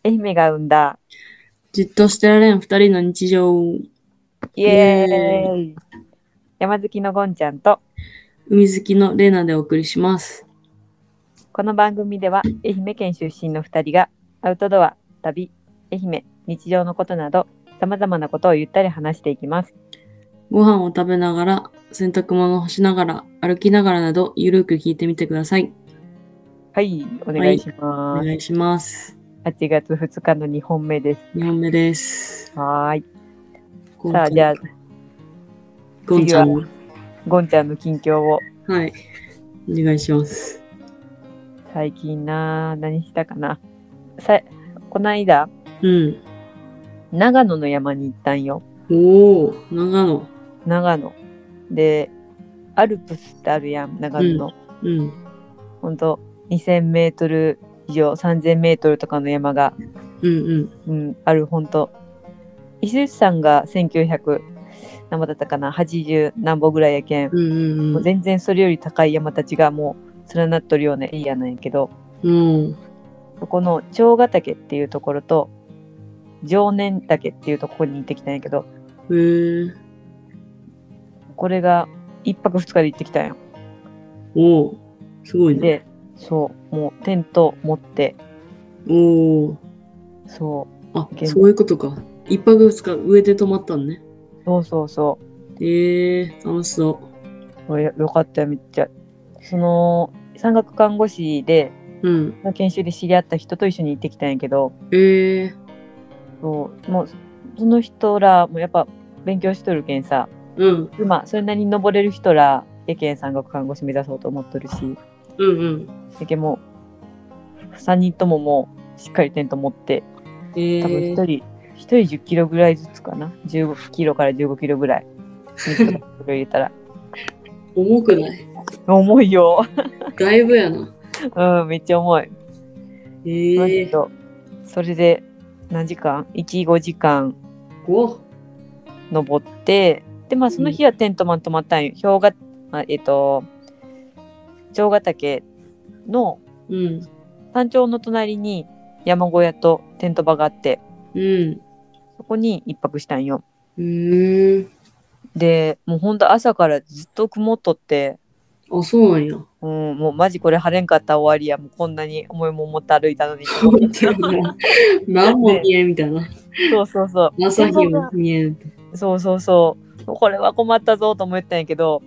愛媛が生んだじっとしてられん二人の日常。 イエーイ。山好きのゴンちゃんと、 海好きのレイナでお送りします。 この番組では愛媛県出身の2人がアウトドア、旅、愛媛、日常のことなど様々なことをゆったり話していきます。 ご飯を食べながら、洗濯物を干しながら、歩きながらなど、ゆるく聞いてみてください。 はい、おはい、 願いします。 お願いします。 8月2日の2本目です。 2本目です。 はーい。 今回、 さあ、じゃあ次はゴンちゃんに、 ゴンちゃんの近況を。 はい、お願いします。 最近何したかな。この間、 うん。 長野の山に行ったんよ。 おー、長野。 長野。で、アルプスってあるやん、長野の。 うん。 ほんと2000メートル以上3000メートルとかの山が、ある。ほんと伊勢山が1900何ぼだったかな、80何ぼぐらいやけん、もう全然それより高い山たちがもう連なっとるようなエリアなんやけど、そこの長ヶ岳っていうところと常念岳っていうところに行ってきたんやけど、これが1泊2日で行ってきたんよ。 おー、すごいね。 で、そうもうテント持って、 おー、 そうそういうことか。一泊二日上で泊まったんね。 そう楽しそよかったよ、めっちゃ。その山岳看護師で、研修で知り合った人と一緒に行ってきたんやけど、そうもうその人らもやっぱ勉強しとるけんさ、今それなりに登れる人らやけん山岳看護師目指そうと思っとるし、やけんもう3人とももうしっかりテント持って、多分1人10キロぐらいずつかな、15キロから15キロぐらい入れたら重くない？ 重いよ。 だいぶやな。 めっちゃ重い。それで何時間 ?1、5時間登って、でその日はテントマン泊まったんよ。長ヶ岳の山頂の隣に山小屋とテント場があって、そこに一泊したんよ。で、もうほんと朝からずっと曇っとって。 あ、そうなんや。 もうマジこれ晴れんかったら終わりや。もうこんなに重いもん持って歩いたのにと思って。 何も見えんみたいな。 そう。 朝日も見えん。 そう。これは困ったぞと思ったんやけど、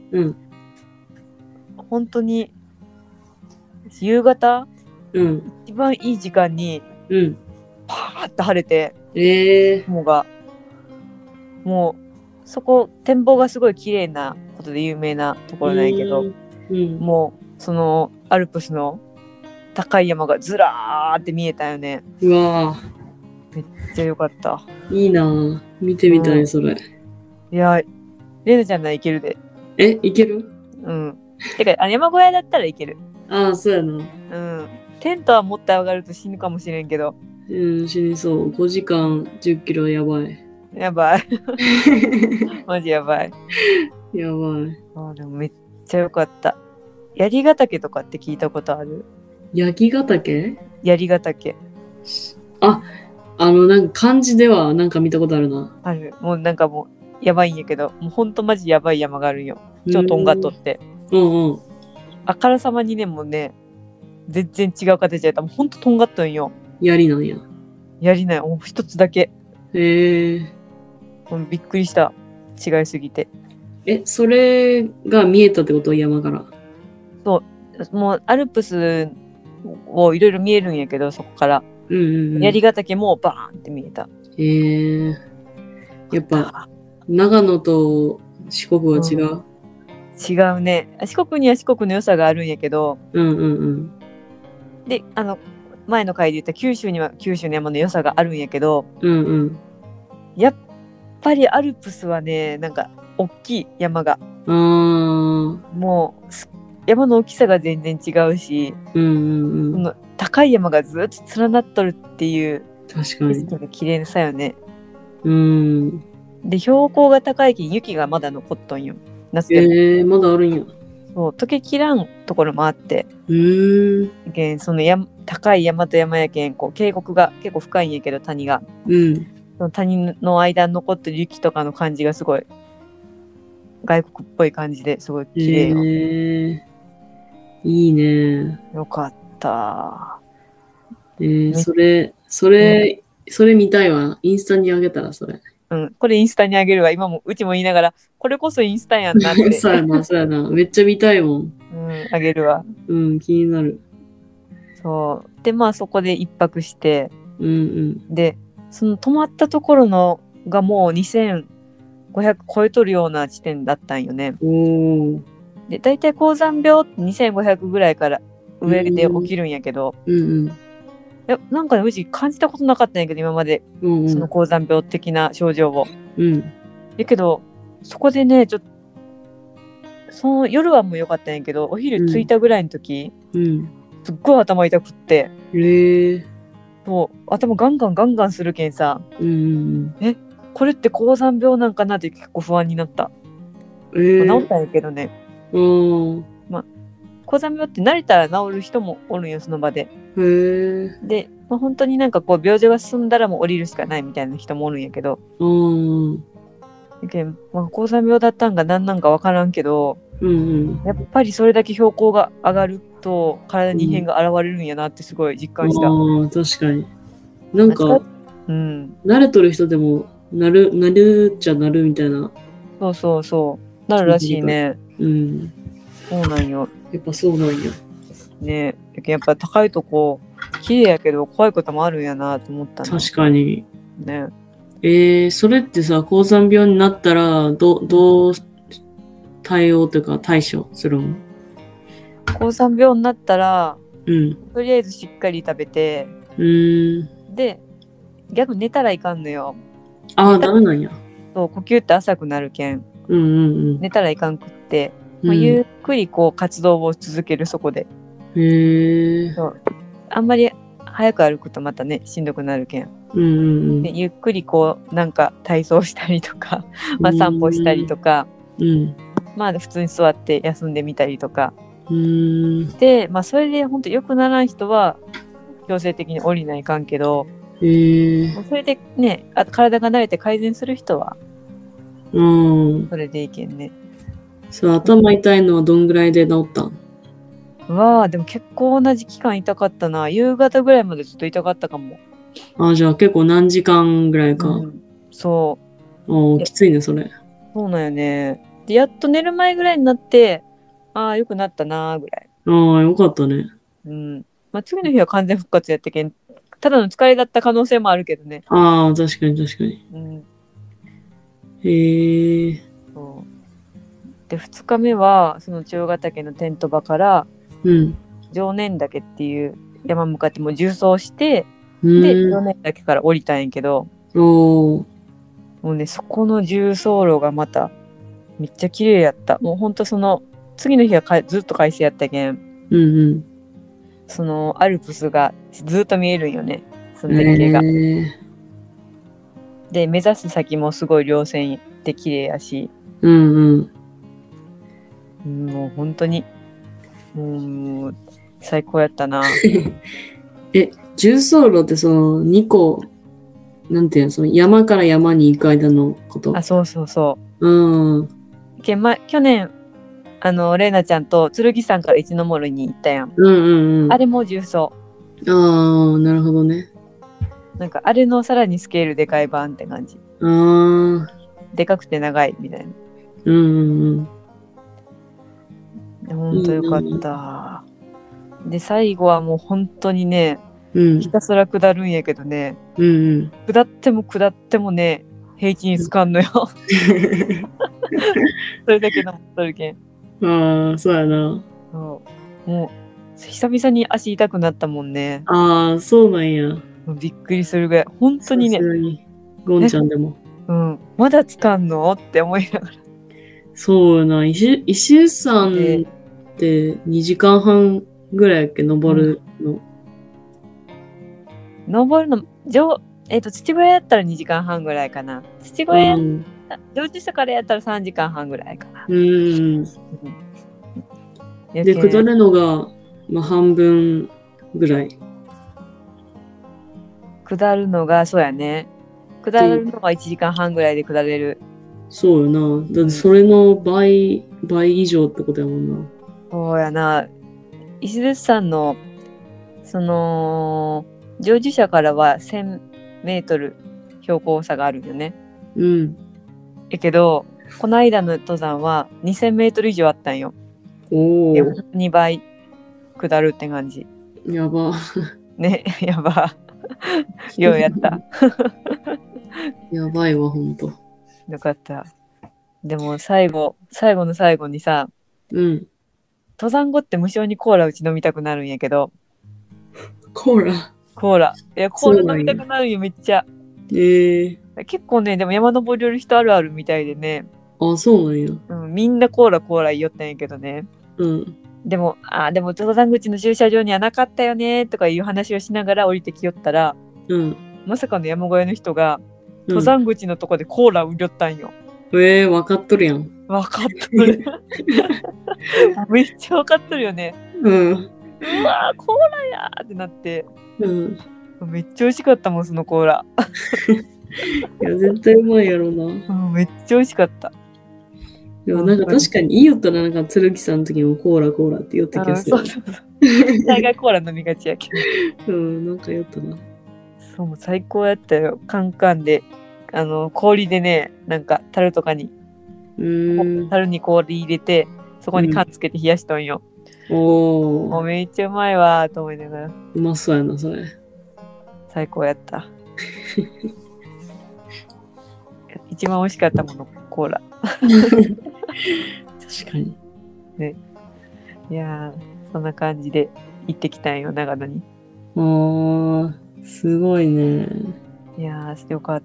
本当に夕方、一番いい時間に、パーッと晴れて、雲がもうそこ展望がすごい綺麗なことで有名なところなんやけど、もうそのアルプスの高い山がずらーって見えたよね。 うわー、めっちゃ良かった。 いいなぁ、見てみたい、それ。 いや、レナちゃんならいけるで。 いける？ てか山小屋だったらいける。 そうやな。 テントは持って上がると死ぬかもしれんけど。 死にそう。5時間10キロやばい。 やばい。マジやばい。 やばい。 でもめっちゃ良かった。槍ヶ岳とかって聞いたことある？ 槍ヶ岳？ 槍ヶ岳。 なんか漢字ではなんか見たことあるな。 ある。もうなんかもうやばいんやけど、もうほんとマジやばい山があるんよ。超とんがっとって。あからさまにね、もうね、全然違う形やった。もうほんととんがっとんよ。 槍なんや。 槍ない。もう一つだけ。もうびっくりした。違いすぎて。 それが見えたってこと？山から。 そう。もうアルプスをいろいろ見えるんやけど、そこから。槍ヶ岳もバーンって見えた。 やっぱ長野と四国は違う？ 違うね。四国には四国の良さがあるんやけど、で前の回で言った九州には九州の山の良さがあるんやけど、やっぱりアルプスはね、なんか大きい山が、もう山の大きさが全然違うし、その高い山がずっと連なっとるっていう確かに景色の綺麗さよね。 で標高が高いけん雪がまだ残っとんよ、夏でも。 まだあるんや。 そう溶けきらんところもあって、その高い山と山やけんこう渓谷が結構深いんやけど谷が、その谷の間に残ってる雪とかの感じがすごい外国っぽい感じですごい綺麗よ。 いいね。 よかった。 それ見たいわ。インスタにあげたらそれ。 これインスタにあげるわ。今もうちも言いながらこれこそインスタやんなって。 そうやな。めっちゃ見たいもん。 あげるわ。 気になる。 そうでまあそこで一泊して、でその泊まったところのがもう2500超えとるような地点だったんよね。で大体高山病って2500ぐらいから上で起きるんやけど、なんかねうち感じたことなかったんやけど今まで、その高山病的な症状を。だけどそこでねちょっとその夜はもう良かったんやけどお昼着いたぐらいの時、すっごい頭痛くって、そう頭ガンガンするけんさ、これって高山病なんかなって結構不安になった。治ったんやけどね。高山病って慣れたら治る人もおるんよその場で。で、本当になんかこう病状が進んだらもう降りるしかないみたいな人もおるんやけど、高山病だったんが何なんか分からんけど、やっぱりそれだけ標高が上がると体に異変が現れるんやなってすごい実感した。 確かに。なんか、慣れとる人でもなるっちゃなるみたいな。 そうなるらしいね。そうなんよ。 やっぱそうなんや。 ねえ、やっぱ高いとこ綺麗やけど怖いこともあるんやなと思ったね。 確かに。 ね。 それってさ、高山病になったらどう対応というか対処するの？ 高山病になったら、とりあえずしっかり食べて、で逆に寝たらいかんのよ。 ダメなんや。 そう呼吸って浅くなるけん、寝たらいかんくって、ゆっくりこう活動を続けるそこで。そうあんまり早く歩くとまたねしんどくなるけん、でゆっくりこうなんか体操したりとか散歩したりとか、普通に座って休んでみたりとかで、それで本当良くならん人は強制的に降りないかんけど、それでね体が慣れて改善する人はそれでいけんね。 そう頭痛いのはどんぐらいで治ったん？ でも結構同じ期間痛かったな。夕方ぐらいまでずっと痛かったかも。 じゃあ結構何時間ぐらいか。 そう。 きついねそれ。 そうなんよね。でやっと寝る前ぐらいになって良くなったなぐらい。 よかったね。 次の日は完全復活やったけんただの疲れだった可能性もあるけどね。 確かに。 そうで2日目はその千代ヶ岳のテント場から常念岳っていう山向かってもう縦走して、で常念岳から降りたんやけど、もうねそこの縦走路がまためっちゃ綺麗やった。もうほんとその次の日はずっと快晴やったけん、そのアルプスがずっと見えるんよねその絶景が。で目指す先もすごい稜線で綺麗やし、もう本当にもう最高やったな。 縦走路ってその2個なんていうのその山から山に行く間のこと？ そう。去年レイナちゃんと剣山から一の森に行ったやん。あれも縦走。 なるほどね。 なんかあれのさらにスケールでかい版って感じ。でかくて長いみたいな。ほんとよかった。で最後はもう本当にね、ひたすら下るんやけどね、下ってもね平地につかんのよ。それだけ登っとるけん。 そうやな。 もう久々に足痛くなったもんね。 そうなんや。 びっくりするぐらい本当にね。 ゴンちゃんでも。 まだつかんのって思いながら。 そうやな。石臼山って2時間半ぐらいやっけ登るの。 登るの父親やったら2時間半ぐらいかな。父親上智したからやったら3時間半ぐらいかな。 で、下るのが、まあ、半分ぐらい。 下るのが、そうやね。下るのが1時間半ぐらいで下れる。 そうよな。だってそれの倍以上ってことやもんな。 そうやな。石鎚山の、その、常住者からは1000メートル標高差があるんよね。 うん。 やけど、この間の登山は2000メートル以上あったんよ。 おお。 2倍下るって感じ。 やば。 ね、やば。ようやった。 やばいわ、ほんと。 よかった。でも最後の最後にさ、 うん。 登山後って無性にコーラうち飲みたくなるんやけど。 コーラ。 コーラ。いや、コーラ飲みたくなるよ、めっちゃ。結構ね、でも山登りよる人あるあるみたいでね。 あ、そうなんや。 うん、みんなコーラ言いよったんやけどね。 うん。 でも登山口の駐車場にはなかったよねとかいう話をしながら降りてきよったら、 うん。 まさかの山小屋の人が登山口のとこでコーラ売りよったんよ。 分かっとるやん。 分かっとる。めっちゃ分かっとるよね。 うん。 うわー、コーラやーってなって、 うん。 めっちゃ美味しかったもん、そのコーラ。 いや、絶対うまいやろな。 めっちゃ美味しかった。 でもなんか確かにいいよったら、なんか剣さんの時もコーラって言った気がする。 そう。大概コーラ飲みがちやけど。うん、なんか言ったな。 そう、最高やったよ。カンカンで、氷でね、なんか樽とかに、樽に氷入れて、そこに缶つけて冷やしとんよ。もうめっちゃうまいわーと思いながら。 うまそうやな、それ。 最高やった。一番美味しかったもの、コーラ。 確かに。 ね。いやー、そんな感じで行ってきたんよ、長野に。 すごいね。 いやー、よかった。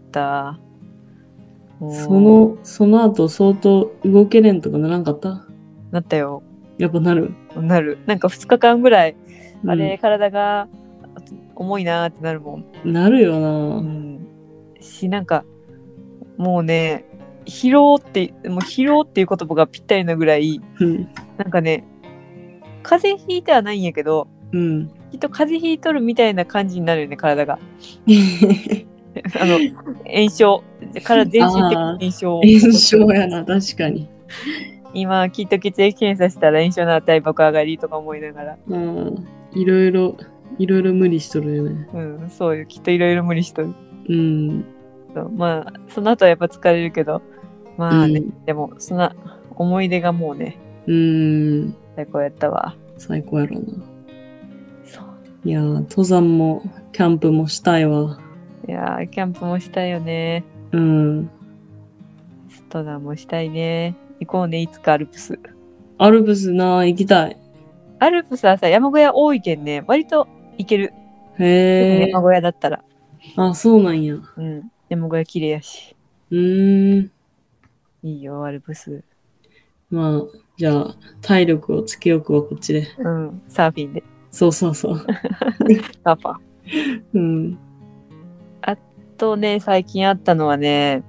その後相当動けれんとかならんかった？ なったよ。 やっぱなる。 なんか2日間ぐらい、あれ、体が重いなーってなるもん。 なるよな。 なんか、もうね、疲労っていう言葉がぴったりなぐらい、なんかね、風邪ひいてはないんやけど、きっと風邪ひいとるみたいな感じになるよね、体が。炎症、全身的な炎症。 炎症やな、確かに。 今、きっと血液検査したら炎症の値爆上がりとか思いながら。 いろいろ無理しとるよね。 そうよ、きっといろいろ無理しとる。そうまあ、その後はやっぱ疲れるけど、まあね、でも、そんな思い出がもうね、最高やったわ。 最高やろうな。 そう。 いやー、登山もキャンプもしたいわ。 いやー、キャンプもしたいよね。登山もしたいね。行こうね、いつかアルプス。 アルプスな、行きたい。 アルプスはさ、山小屋多いけんね、割と行ける。 へー。 山小屋だったら。 あ、そうなんや。 山小屋綺麗やし。いいよ、アルプス。 まあ、じゃあ、体力をつけよくはこっちで。 サーフィンで。 そう。サーファ。あとね、最近あったのはね、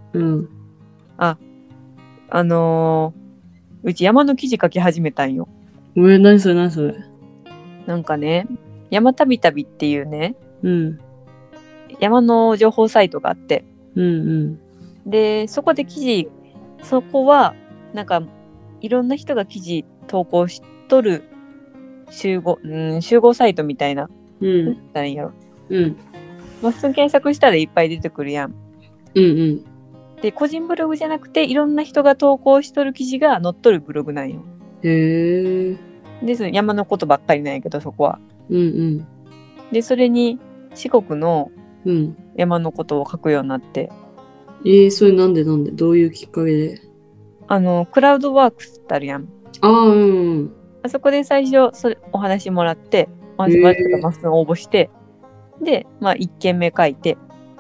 うち山の記事書き始めたんよ。 何それ。 なんかね、山たびたびっていうね、山の情報サイトがあって、で、そこでそこは、なんか、いろんな人が記事投稿しとる集合サイトみたいな。何やろ。普通に検索したらいっぱい出てくるやん。で、個人ブログじゃなくて、いろんな人が投稿しとる記事が載っとるブログなんよ。 へー。 で、その山のことばっかりなんやけど、そこは。で、それに四国の山のことを書くようになって。 それなんでどういうきっかけで？ クラウドワークスってあるやん。あそこで最初お話もらって、まず応募して、で、まあ1件目書いて、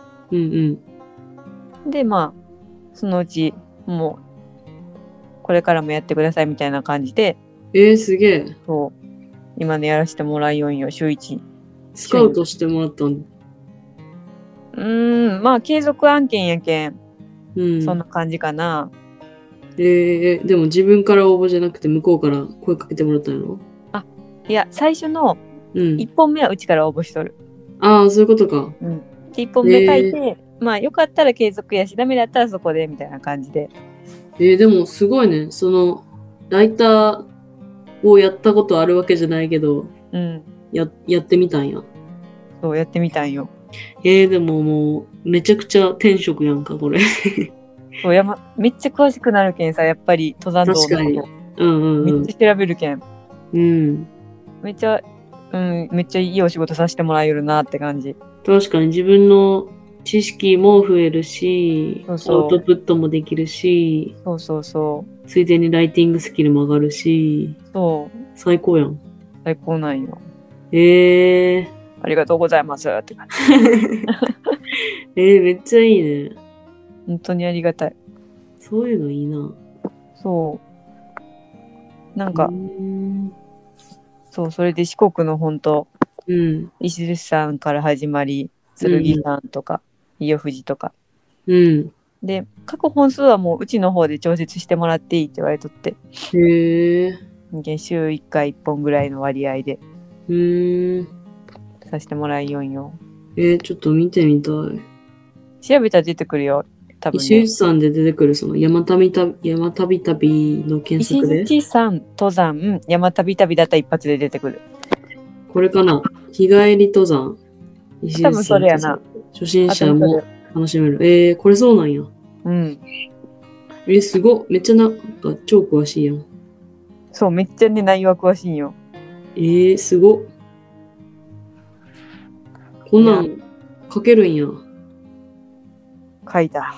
で、まあ、そのうち、もう、これからもやってくださいみたいな感じで、 すげえ。 そう、今ね、やらせてもらいよんよ、週1。 スカウトしてもらったん？ まあ、継続案件やけん、そんな感じかな。 でも自分から応募じゃなくて向こうから声かけてもらったんやろ？ いや、最初のうん。 1本目はうちから応募しとる。 ああ、そういうことか。 で、1本目書いて、まあよかったら継続やし、ダメだったらそこでみたいな感じで。 でもすごいね。ライターをやったことあるわけじゃないけど、やってみたんや。 そう、やってみたんよ。 でももう、めちゃくちゃ天職やんか、これ。 そうめっちゃ詳しくなるけんさ、やっぱり登山道のこと。 確かに。 めっちゃ調べるけん。めっちゃいいお仕事させてもらえるなって感じ。 確かに自分の知識も増えるし、アウトプットもできるし、ついでにライティングスキルも上がるし、最高やん。 最高なんよ。ありがとうございますって感じ。 めっちゃいいね。 本当にありがたい。 そういうのいいな。 なんか、それで四国の本当、石寿山から始まり、剣山とか、伊予富士とか。で、各本数はもううちの方で調節してもらっていいって言われとって。週1回1本ぐらいの割合で。させてもらいよんよ。 ちょっと見てみたい。 調べたら出てくるよ。多分ね。 石寿山で出てくるその山旅旅の検索で。 石寿山登山山旅旅だったら一発で出てくる。 これかな。日帰り登山。 多分それやな。 初心者も楽しめる。これそうなんや。すごっ。めっちゃなんか超詳しいやん。 そう、めっちゃね、内容は詳しいんよ。 すごっ。こんなん書けるんや。 書いた。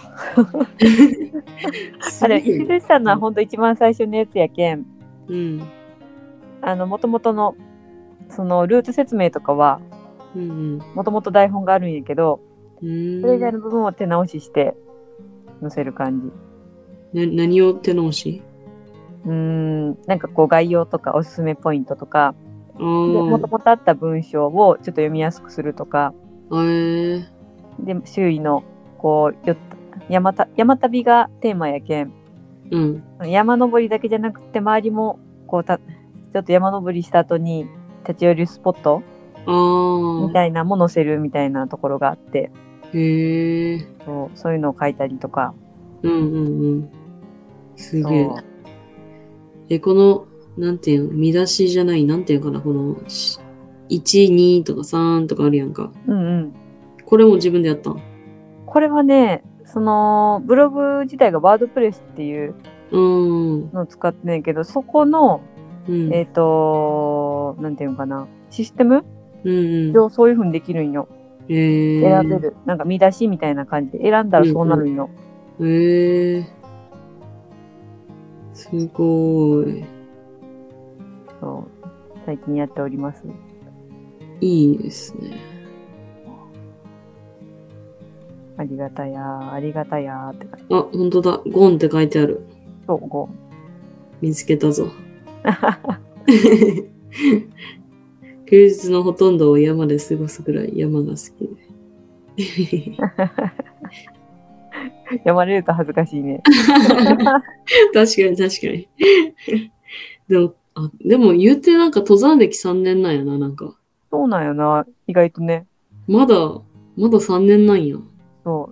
あれ、石寿山のはほんと一番最初のやつやけん。もともとの、そのルート説明とかは、もともと台本があるんやけど、それ以外の部分を手直しして載せる感じ。何を手直し？ なんかこう概要とかおすすめポイントとか、もともとあった文章をちょっと読みやすくするとか、で周囲のこう山旅がテーマやけん、山登りだけじゃなくて周りもこうちょっと山登りした後に立ち寄るスポットみたいなも載せるみたいなところがあって、そういうのを書いたりとか。 すげえ。このなんていうの、見出しじゃない、なんていうかな、この1、2とか3とかあるやんか。これも自分でやったん？ これはね、そのブログ自体がワードプレスっていうのを使ってんけど、そこのなんていうのかな、システム上そういう風にできるんよ。選べる。なんか見出しみたいな感じで選んだらそうなるんよ。 すごい。 そう、最近やっております。 いいですね。 ありがたや、ありがたやって感じ。 あ、ほんとだ。ゴンって書いてある。 そう、ゴン。 見つけたぞ。休日のほとんどを山で過ごすぐらい山が好きで。 読まれると恥ずかしいね。 確かに。でも言うてなんか登山歴3年なんやな、なんか。 そうなんやな、意外とね。 まだ3年なんや。 そう。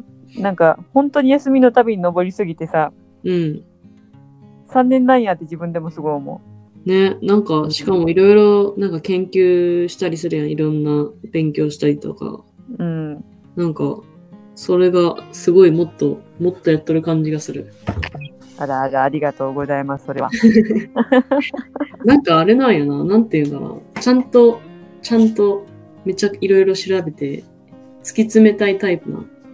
なんか本当に休みのたびに登りすぎてさ。3年なんやって自分でもすごい思う。 ね、なんかしかもいろいろなんか研究したりするやん、いろんな勉強したりとか。なんかそれがすごいもっとやっとる感じがする。 ありがとうございます、それは。 なんかあれなんやな、なんていうんだろう。ちゃんとめっちゃいろいろ調べて突き詰めたいタイプ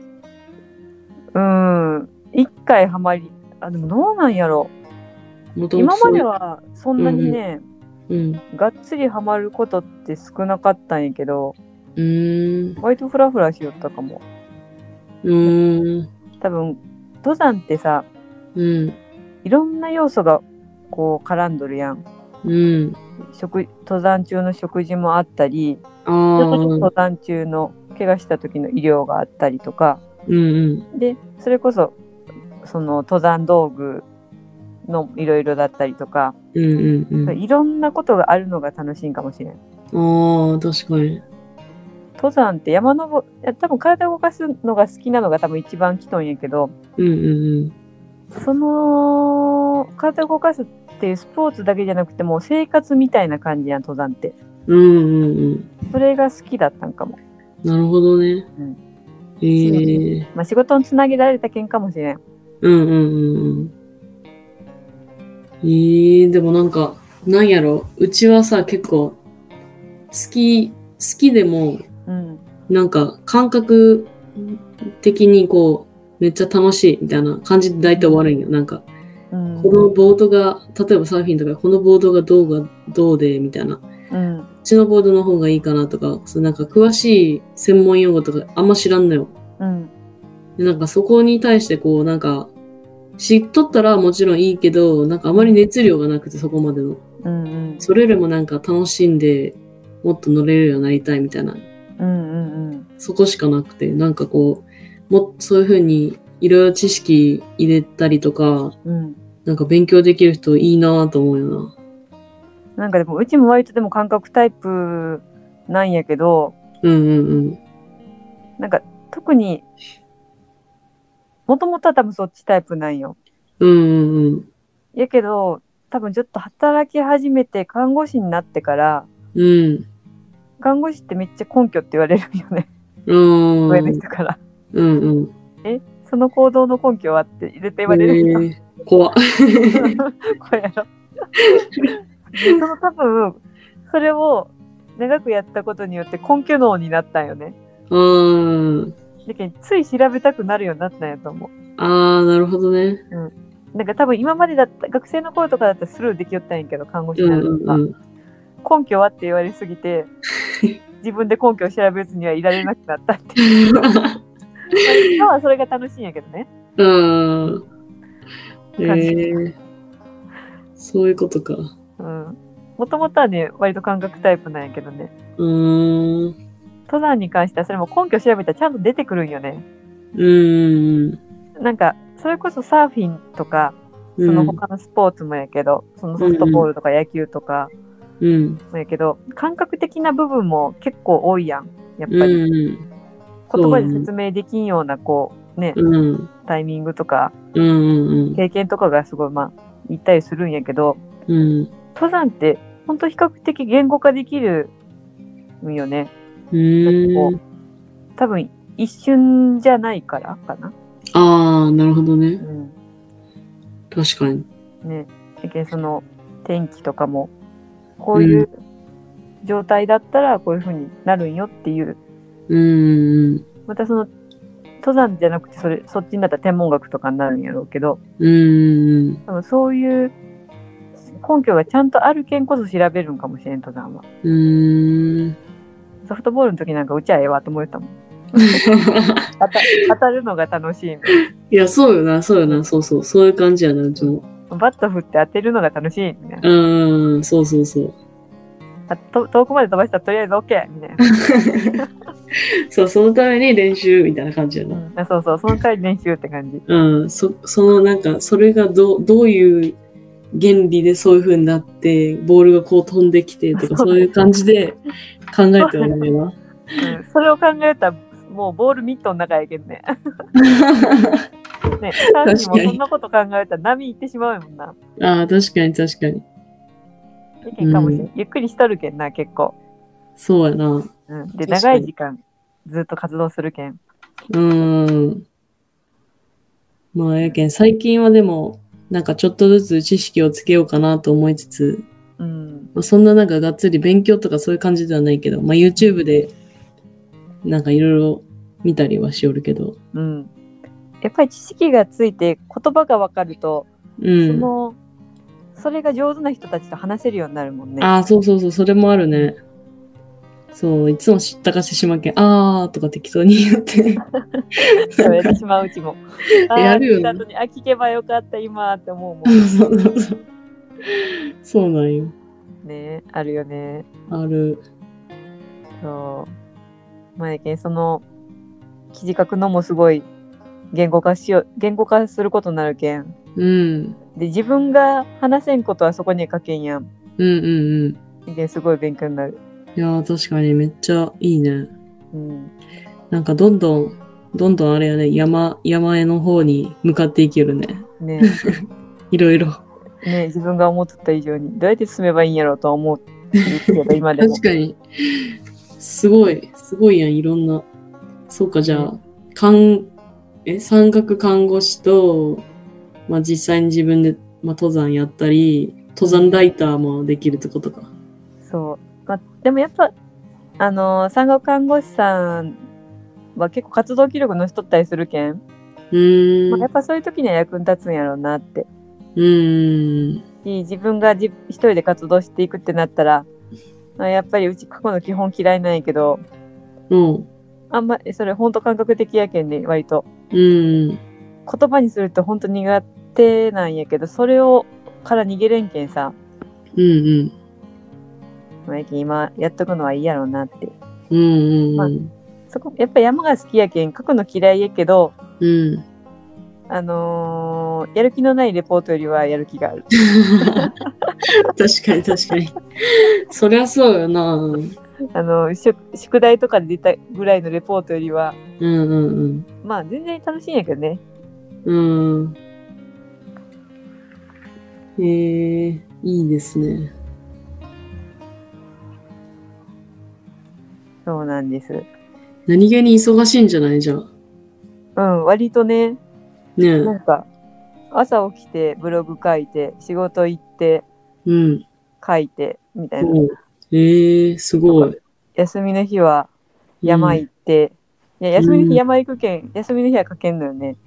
な。一回ハマり、でもどうなんやろ。今まではそんなにね、がっつりハマることって少なかったんやけど、割とフラフラしよったかも。多分登山ってさ、いろんな要素がこう絡んどるやん。登山中の食事もあったり、登山中の怪我した時の医療があったりとか、でそれこそその登山道具のいろいろだったりとか、 うんうんうん。 いろんなことがあるのが楽しいんかもしれん。 ああ、確かに。 登山って山登り、多分体を動かすのが好きなのが多分一番きとんやけど、 うんうんその体を動かすっていうスポーツだけじゃなくてもう生活みたいな感じやん、登山って。 うん。うんうんうん。 それが好きだったんかも。 なるほどね。 うん、 ままあ、仕事につなげられたけんかもしれん。 うんうんうんうん。でもなんか、なんやろ、うちはさ、結構、好きでも、 うん、 なんか、感覚的にこう、めっちゃ楽しいみたいな感じで大体終わるんよ。なんか、 うん、 このボードが、例えばサーフィンとか、このボードがどうで、みたいな。 うん、 こっちのボードの方がいいかなとか、そうなんか詳しい専門用語とかあんま知らんのよ。 うん、 でなんかそこに対してこう、なんか、知っとったらもちろんいいけど、なんかあまり熱量がなくてそこまでの。 うんうん、 それよりもなんか楽しんで、もっと乗れるようになりたいみたいな。 うんうんうん、 そこしかなくて、なんかこう、そういう風にいろいろ知識入れたりとか、 うん。 なんか勉強できる人いいなと思うよな。 なんかでもうちも割とでも感覚タイプなんやけど、 うんうんうん。 なんか特にもともとは多分そっちタイプなんよ。 うんうんうん。 やけど多分ちょっと働き始めて看護師になってからうん。 看護師ってめっちゃ根拠って言われるよね。 うん。 上の人から。 うんうん。 その行動の根拠はって絶対言われるよ。 怖っ。 これやろ。でその多分それを長くやったことによって根拠脳になったんよね。 あーだけどつい調べたくなるようになったんやと思う。 あー、なるほどね。 なんか多分今までだった学生の頃とかだったらスルーできよったんやけど看護師うんになるとか、 うんうん。 根拠はって言われすぎて自分で根拠を調べずにはいられなくなったっていうまあ今はそれが楽しいんやけどね。 ああ、 感じそういうことか。 もともとはね割と感覚タイプなんやけどね、登山に関してはそれも根拠調べたらちゃんと出てくるんよね。なんかそれこそサーフィンとかその他のスポーツもやけど、そのソフトボールとか野球とかもやけど、感覚的な部分も結構多いやんやっぱり、言葉で説明できんようなこうね、タイミングとか、経験とかがすごいまあ言ったりするんやけど、登山って本当比較的言語化できるんよね。多分一瞬じゃないからかな。 ああ、なるほどね。確かに。 ね、その天気とかもこういう状態だったらこういう風になるんよっていう。またその登山じゃなくてそっちになったら天文学とかになるんやろうけど、多分そういう根拠がちゃんとあるけんこそ調べるんかもしれん登山は。ソフトボールの時なんか打ちゃええわと思ってたもん。当たるのが楽しい。 いや、そうよな、そうよな、そういう感じやな、うちも。 バット振って当てるのが楽しいみたいな。そうそうそう。 遠くまで飛ばしたらとりあえず OK みたいな。 そう、そのために練習みたいな感じやな。 そうそう、その代わり練習って感じ。 そのなんか、それがどういう原理でそういう風になって、ボールがこう飛んできてとか、そういう感じで考えてはいるな。 それを考えたら、もうボールミットの中やけんね。ね、サーフィンもそんなこと考えたら波行ってしまうもんな。 確かに確かに。 かもしれん。ゆっくりしとるけんな、結構。 そうやな。 で、長い時間ずっと活動するけん。 まあ、やけん、最近はでも、なんかちょっとずつ知識をつけようかなと思いつつ、そんななんかがっつり勉強とかそういう感じではないけど、まあ YouTube でなんかいろいろ見たりはしおるけど。 やっぱり知識がついて言葉が分かると、それが上手な人たちと話せるようになるもんね。 そうそうそう、それもあるね。そう、いつも知ったかしてしまうけん、とか適当に言って。 そうやってしまううちも。 やるよね。 聞けばよかった今って思うもん。 そうなんよ。 ね、あるよね。 ある。 そう。前けんその記事書くのもすごい言語化することになるけん。 うん。 で、自分が話せんことはそこには書けんやん。 うんうんうん。ですごい勉強になる。 いやー、確かにめっちゃいいね。 うん。 なんかどんどんあれやね、山への方に向かっていけるね。 ねいろいろ。 ね、自分が思ってた以上にどうやって進めばいいんやろうとは思うけど今でも確かに。すごいやん、いろんな。そうか、じゃあ、山岳看護師と、まあ実際に自分で、まあ、登山やったり、登山ライターもできるってことか。 そう、まあ、でもやっぱ産後看護師さんは結構活動記録載せとったりするけん、まあ、やっぱそういう時には役に立つんやろうなって。自分が一人で活動していくってなったら、まあ、やっぱりうち過去の基本嫌いなんやけど、あんまそれ本当感覚的やけんね、割と。言葉にすると本当苦手なんやけど、それをから逃げれんけんさ。今やっとくのはいいやろうなって。まあ、そこやっぱ山が好きやけん書くの嫌いやけど、やる気のないレポートよりはやる気がある。 確かに。そりゃそうよな。 宿題とかで出たぐらいのレポートよりは、まあ全然楽しいんやけどね。 いいですね。 そうなんです。 何気に忙しいんじゃないじゃあ。 割とね。 ね、 なんか朝起きてブログ書いて仕事行って、書いてみたいな。 すごい。 休みの日は山行って、いや休みの日山行くけん、休みの日は書けんのよね。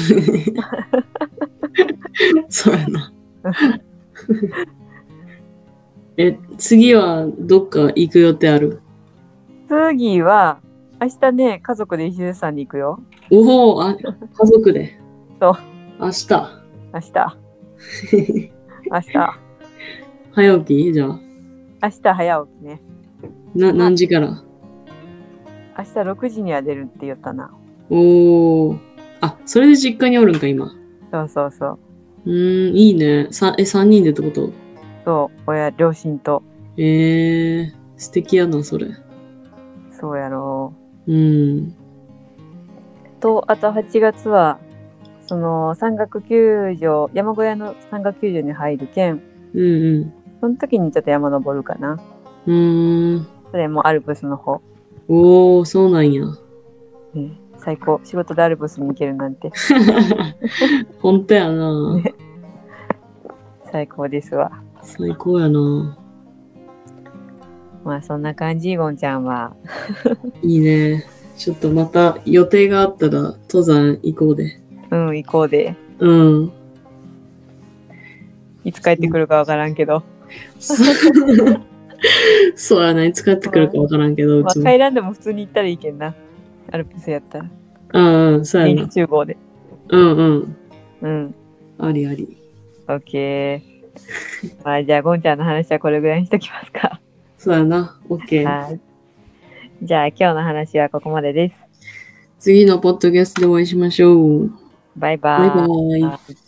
そうやな。次はどっか行く予定ある？ 次は明日ね、家族で石津さんに行くよ。 おお、家族で。 そう。 明日。早起きじゃあ。 明日早起きね。 何時から？ 明日6時には出るって言ったな。 おー。それで実家におるんか、今。 そう。 いいね。3人でってこと？ そう、両親と。 素敵やな、それ。 そうやろう。 と、あと8月は、その山岳救助、山小屋の山岳救助に入るけん、その時にちょっと山登るかな。それもアルプスの方。 おー、そうなんや。 最高。仕事でアルプスに行けるなんて。 本当やな、 ね。最高ですわ。 最高やな。 まあそんな感じ、ゴンちゃんは。 いいね。ちょっとまた予定があったら登山行こうで。 行こうで。いつ帰ってくるかわからんけど。 そうやな、いつ帰ってくるかわからんけど。 帰らんでも普通に行ったらいいけんな。アルプスやったら。 そうやな。 電気集合で。 ありあり。 オッケー。まあじゃあ、ゴンちゃんの話はこれぐらいにしときますか。 そうやな。オッケー。 はい。じゃあ、今日の話はここまでです。 次のポッドキャストでお会いしましょう。 バイバイ。